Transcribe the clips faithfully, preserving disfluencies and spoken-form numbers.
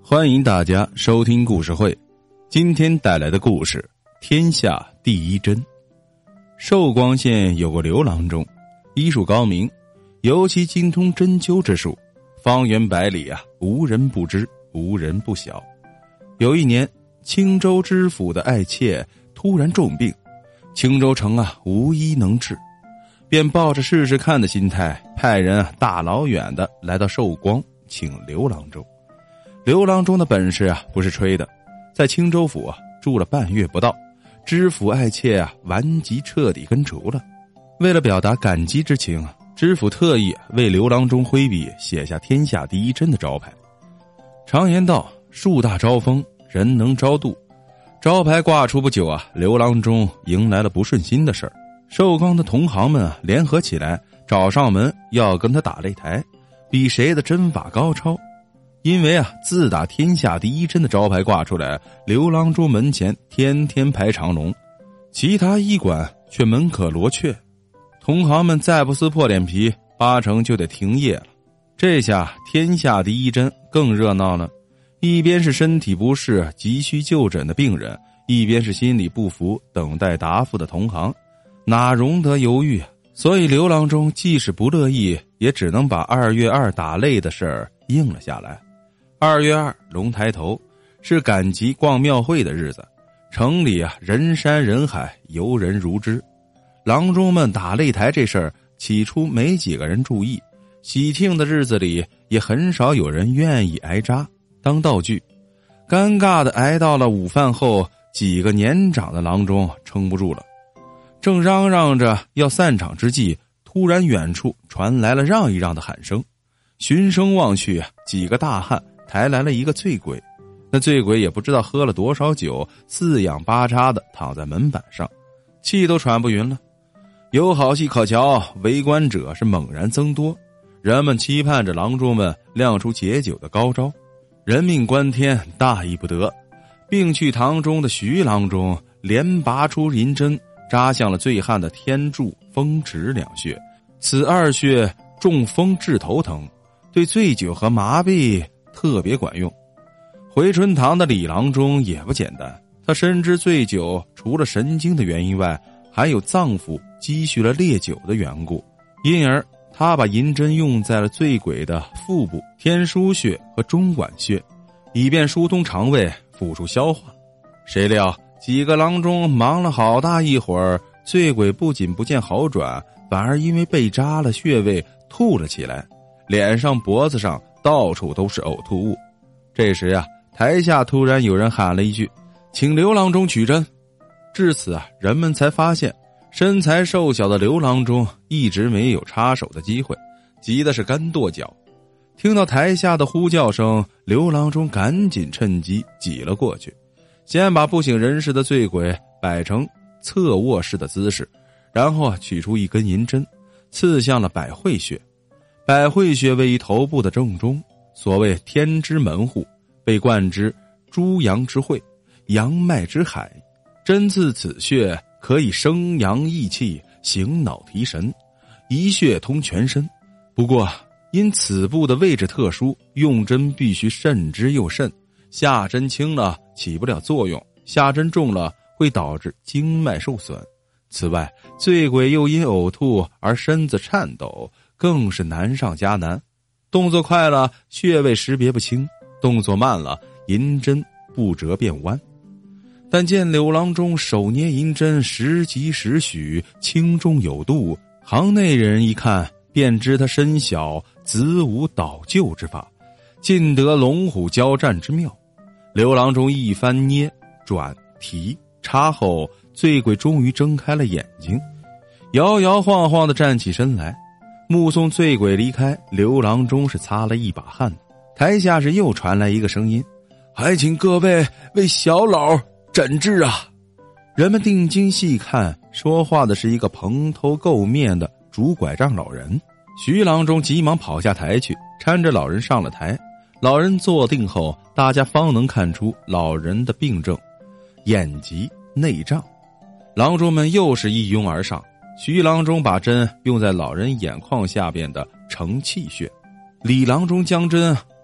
欢迎大家收听故事会，今天带来的故事天下第一针。寿光县有个刘郎中，医术高明，尤其精通针灸之术，方圆百里啊，无人不知，无人不晓。有一年，青州知府的爱妾突然重病，青州城啊无医能治，便抱着试试看的心态，派人啊大老远的来到寿光请刘郎中。刘郎中的本事啊不是吹的，在青州府啊住了半月不到，知府爱妾啊顽疾彻底根除了。为了表达感激之情啊，知府特意为刘郎中挥笔写下天下第一针的招牌。常言道，树大招风，人能招妒。招牌挂出不久啊，刘郎中迎来了不顺心的事儿。寿光的同行们啊联合起来找上门，要跟他打擂台，比谁的针法高超。因为啊，自打天下第一针的招牌挂出来，刘郎中门前天天排长龙，其他医馆却门可罗雀。同行们再不撕破脸皮，八成就得停业了。这下天下第一针更热闹了，一边是身体不适急需就诊的病人，一边是心里不服等待答复的同行，哪容得犹豫啊？所以刘郎中即使不乐意，也只能把二月二打擂的事儿应了下来。二月二龙抬头，是赶集逛庙会的日子，城里啊人山人海，游人如织。郎中们打擂台这事儿起初没几个人注意，喜庆的日子里也很少有人愿意挨扎当道具。尴尬的挨到了午饭后，几个年长的郎中撑不住了，正嚷嚷着要散场之际，突然远处传来了让一让的喊声。循声望去，几个大汉抬来了一个醉鬼。那醉鬼也不知道喝了多少酒，四仰八叉的躺在门板上，气都喘不匀了。有好戏可瞧，围观者是猛然增多，人们期盼着郎中们亮出解酒的高招。人命关天，大意不得，病去堂中的徐郎中连拔出银针，扎向了醉汉的天柱、风池两穴。此二穴中风治头疼，对醉酒和麻痹特别管用。回春堂的李郎中也不简单，他深知醉酒除了神经的原因外，还有脏腑积蓄了烈酒的缘故，因而他把银针用在了醉鬼的腹部天枢穴和中脘穴，以便疏通肠胃，辅助消化。谁料几个郎中忙了好大一会儿，醉鬼不仅不见好转，反而因为被扎了穴位吐了起来，脸上脖子上到处都是呕吐物。这时啊，台下突然有人喊了一句：“请刘郎中取针。”至此啊，人们才发现身材瘦小的刘郎中一直没有插手的机会，急的是干跺脚。听到台下的呼叫声，刘郎中赶紧趁机挤了过去，先把不省人事的醉鬼摆成侧卧式的姿势，然后取出一根银针，刺向了百会穴。百会穴位于头部的正中，所谓天之门户，被冠之诸阳之会，阳脉之海。针刺此穴可以生阳益气，醒脑提神，一穴通全身。不过因此部的位置特殊，用针必须慎之又慎，下针轻了起不了作用，下针重了会导致经脉受损。此外，醉鬼又因呕吐而身子颤抖，更是难上加难。动作快了，穴位识别不清；动作慢了，银针不折便弯。但见柳郎中手捏银针，时急时许，轻重有度，行内人一看便知他身小，子无导救之法，尽得龙虎交战之妙。刘郎中一番捏转提插后，醉鬼终于睁开了眼睛，摇摇晃晃地站起身来。目送醉鬼离开，刘郎中是擦了一把汗。台下是又传来一个声音：“还请各位为小老诊治啊！”人们定睛细看，说话的是一个蓬头垢面的拄拐杖老人。徐郎中急忙跑下台去，搀着老人上了台。老人坐定后，大家方能看出老人的病症：眼疾内胀。郎中们又是一拥而上，徐郎中把针用在老人眼眶下边的承泣穴，李郎中将针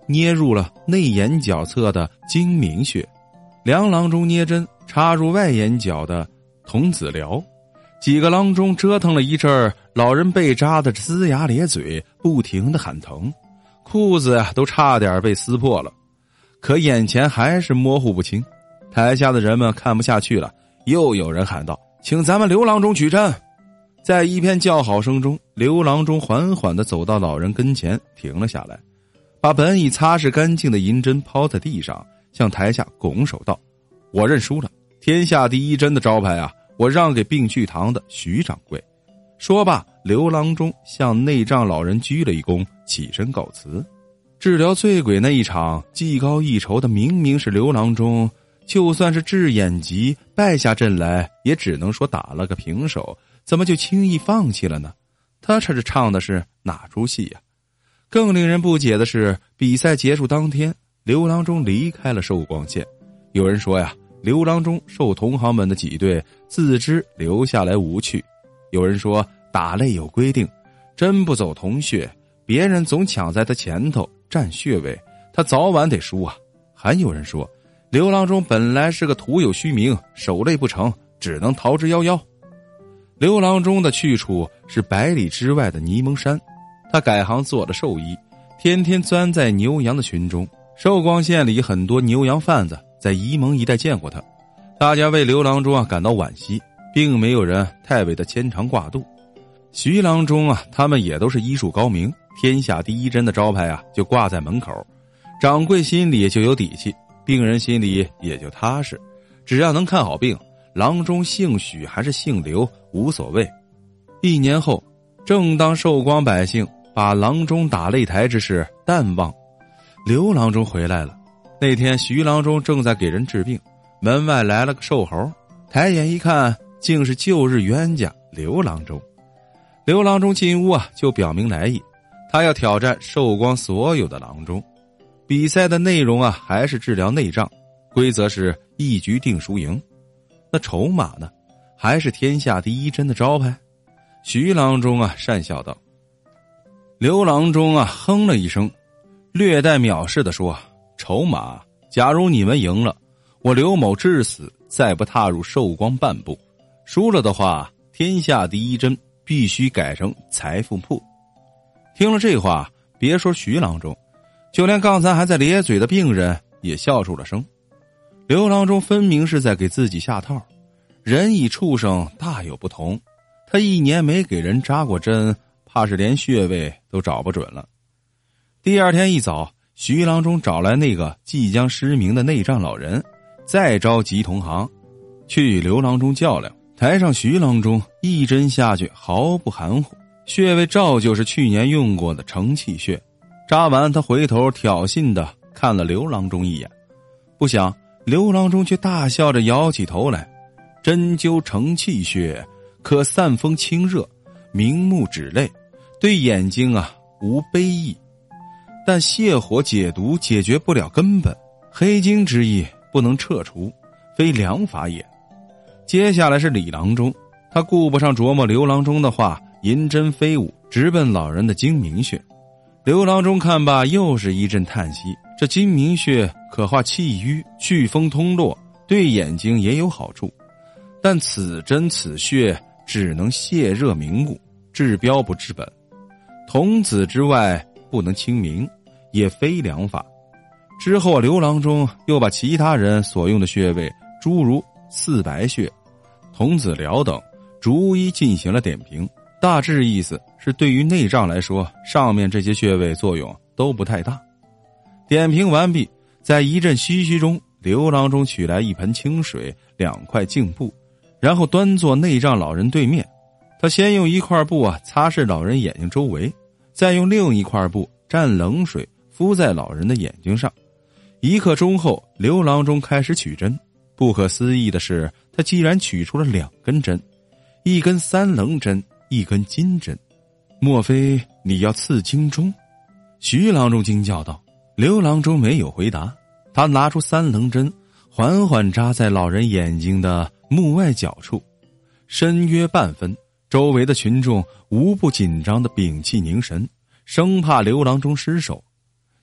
捏入了内眼角侧的睛明穴，梁郎中捏针插入外眼角的童子髎。几个郎中折腾了一阵儿，老人被扎得龇牙咧嘴，不停地喊疼，裤子呀都差点被撕破了，可眼前还是模糊不清。台下的人们看不下去了，又有人喊道：“请咱们刘郎中取针！”在一片叫好声中，刘郎中缓缓地走到老人跟前，停了下来，把本已擦拭干净的银针抛在地上，向台下拱手道：“我认输了，天下第一针的招牌啊，我让给病趣堂的徐掌柜。”说罢，刘郎中向内丈老人鞠了一躬，起身告辞。治疗醉鬼那一场，技高一筹的明明是刘郎中，就算是智眼疾败下阵来，也只能说打了个平手，怎么就轻易放弃了呢？他这是唱的是哪出戏呀？更令人不解的是，比赛结束当天，刘郎中离开了寿光县。有人说呀，刘郎中受同行们的挤兑，自知留下来无趣。有人说打擂有规定，针不走同穴，别人总抢在他前头占穴位，他早晚得输啊。还有人说刘郎中本来是个徒有虚名，手擂不成，只能逃之夭夭。刘郎中的去处是百里之外的沂蒙山，他改行做了兽医，天天钻在牛羊的群中。寿光县里很多牛羊贩子在沂蒙一带见过他，大家为刘郎中啊感到惋惜，并没有人太为他牵肠挂肚。徐郎中啊，他们也都是医术高明，天下第一针的招牌啊就挂在门口，掌柜心里就有底气，病人心里也就踏实，只要能看好病，郎中姓许还是姓刘无所谓。一年后，正当寿光百姓把郎中打擂台之事淡忘，刘郎中回来了。那天徐郎中正在给人治病，门外来了个瘦猴，抬眼一看，竟是旧日冤家刘郎中。刘郎中进屋啊，就表明来意，他要挑战寿光所有的郎中。比赛的内容啊，还是治疗内障，规则是一局定输赢。那筹码呢，还是天下第一针的招牌。徐郎中啊讪笑道。刘郎中啊哼了一声，略带藐视地说：“筹码，假如你们赢了，我刘某至死再不踏入寿光半步；输了的话，天下第一针必须改成财富铺。”听了这话，别说徐郎中，就连刚才还在咧嘴的病人也笑出了声。刘郎中分明是在给自己下套，人与畜生大有不同，他一年没给人扎过针，怕是连穴位都找不准了。第二天一早，徐郎中找来那个即将失明的内障老人，再召集同行去与刘郎中较量。台上徐郎中一针下去毫不含糊，穴位照旧是去年用过的承气穴。扎完，他回头挑衅地看了刘郎中一眼，不想刘郎中却大笑着摇起头来。针灸承气穴可散风清热，明目止泪，对眼睛啊无悲意，但泻火解毒解决不了根本，黑精之意不能撤除，非良法也。接下来是李郎中，他顾不上琢磨刘郎中的话，银针飞舞，直奔老人的睛明穴。刘郎中看罢，又是一阵叹息，这睛明穴可化气瘀，祛风通络，对眼睛也有好处，但此针此穴只能泻热明目，治标不治本，童子之外不能清明，也非良法。之后刘郎中又把其他人所用的穴位，诸如四白穴、童子髎等逐一进行了点评，大致意思是对于内障来说，上面这些穴位作用都不太大。点评完毕，在一阵嘘嘘中，刘郎中取来一盆清水，两块净布，然后端坐内障老人对面。他先用一块布啊擦拭老人眼睛周围，再用另一块布蘸冷水敷在老人的眼睛上。一刻钟后，刘郎中开始取针。不可思议的是，他竟然取出了两根针，一根三棱针，一根金针。莫非你要刺经中？徐郎中惊叫道。刘郎中没有回答，他拿出三棱针，缓缓扎在老人眼睛的目外角处，深约半分。周围的群众无不紧张地屏气凝神，生怕刘郎中失手。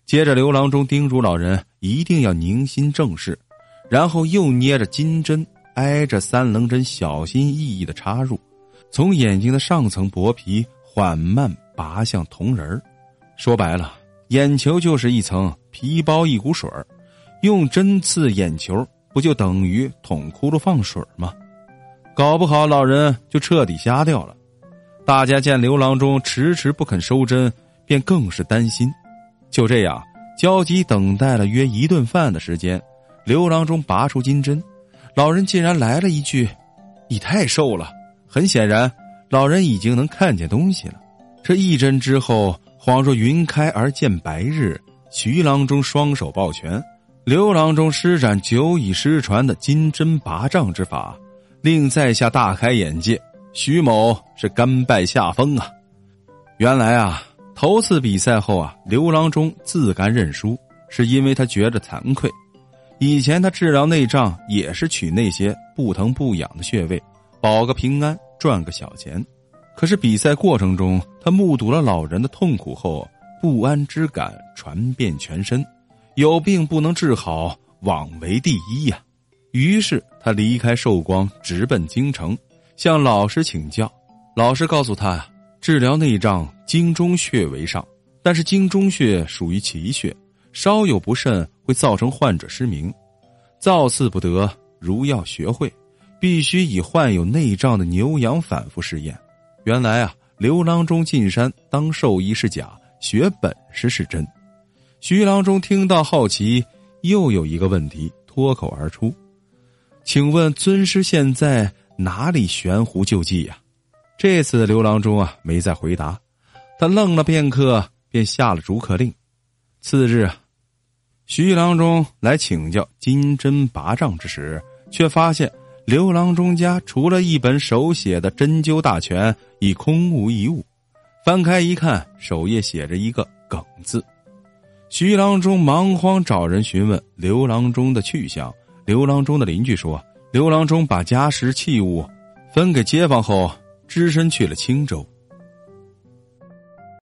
接着刘郎中叮嘱老人一定要凝心正视，然后又捏着金针挨着三棱针小心翼翼地插入，从眼睛的上层薄皮缓慢拔向瞳仁。说白了，眼球就是一层皮包一股水，用针刺眼球不就等于捅窟窿放水吗？搞不好老人就彻底瞎掉了。大家见刘郎中迟迟不肯收针，便更是担心。就这样焦急等待了约一顿饭的时间，刘郎中拔出金针，老人竟然来了一句：你太瘦了。很显然老人已经能看见东西了。这一针之后，恍若云开而见白日，徐郎中双手抱拳，刘郎中施展久已失传的金针拔杖之法，令在下大开眼界，徐某是甘拜下风啊。原来啊，头次比赛后啊，刘郎中自甘认输，是因为他觉得惭愧。以前他治疗内脏也是取那些不疼不痒的穴位，保个平安，赚个小钱。可是比赛过程中，他目睹了老人的痛苦后，不安之感传遍全身，有病不能治好，枉为第一呀、啊。于是他离开寿光，直奔京城，向老师请教。老师告诉他，治疗内脏经中穴为上，但是经中穴属于奇穴，稍有不慎会造成患者失明，造次不得，如要学会，必须以患有内脏的牛羊反复试验。原来啊，刘郎中进山当兽医是假，学本事是真。徐郎中听到好奇，又有一个问题脱口而出：请问尊师现在哪里悬壶救济呀、啊？这次刘郎中啊没再回答，他愣了片刻，便下了逐客令。次日啊，徐郎中来请教金针拔杖之时，却发现刘郎中家除了一本手写的针灸大全，已空无一物。翻开一看，首页写着一个耿字。徐郎中忙慌找人询问刘郎中的去向。刘郎中的邻居说，刘郎中把家什器物分给街坊后，只身去了青州。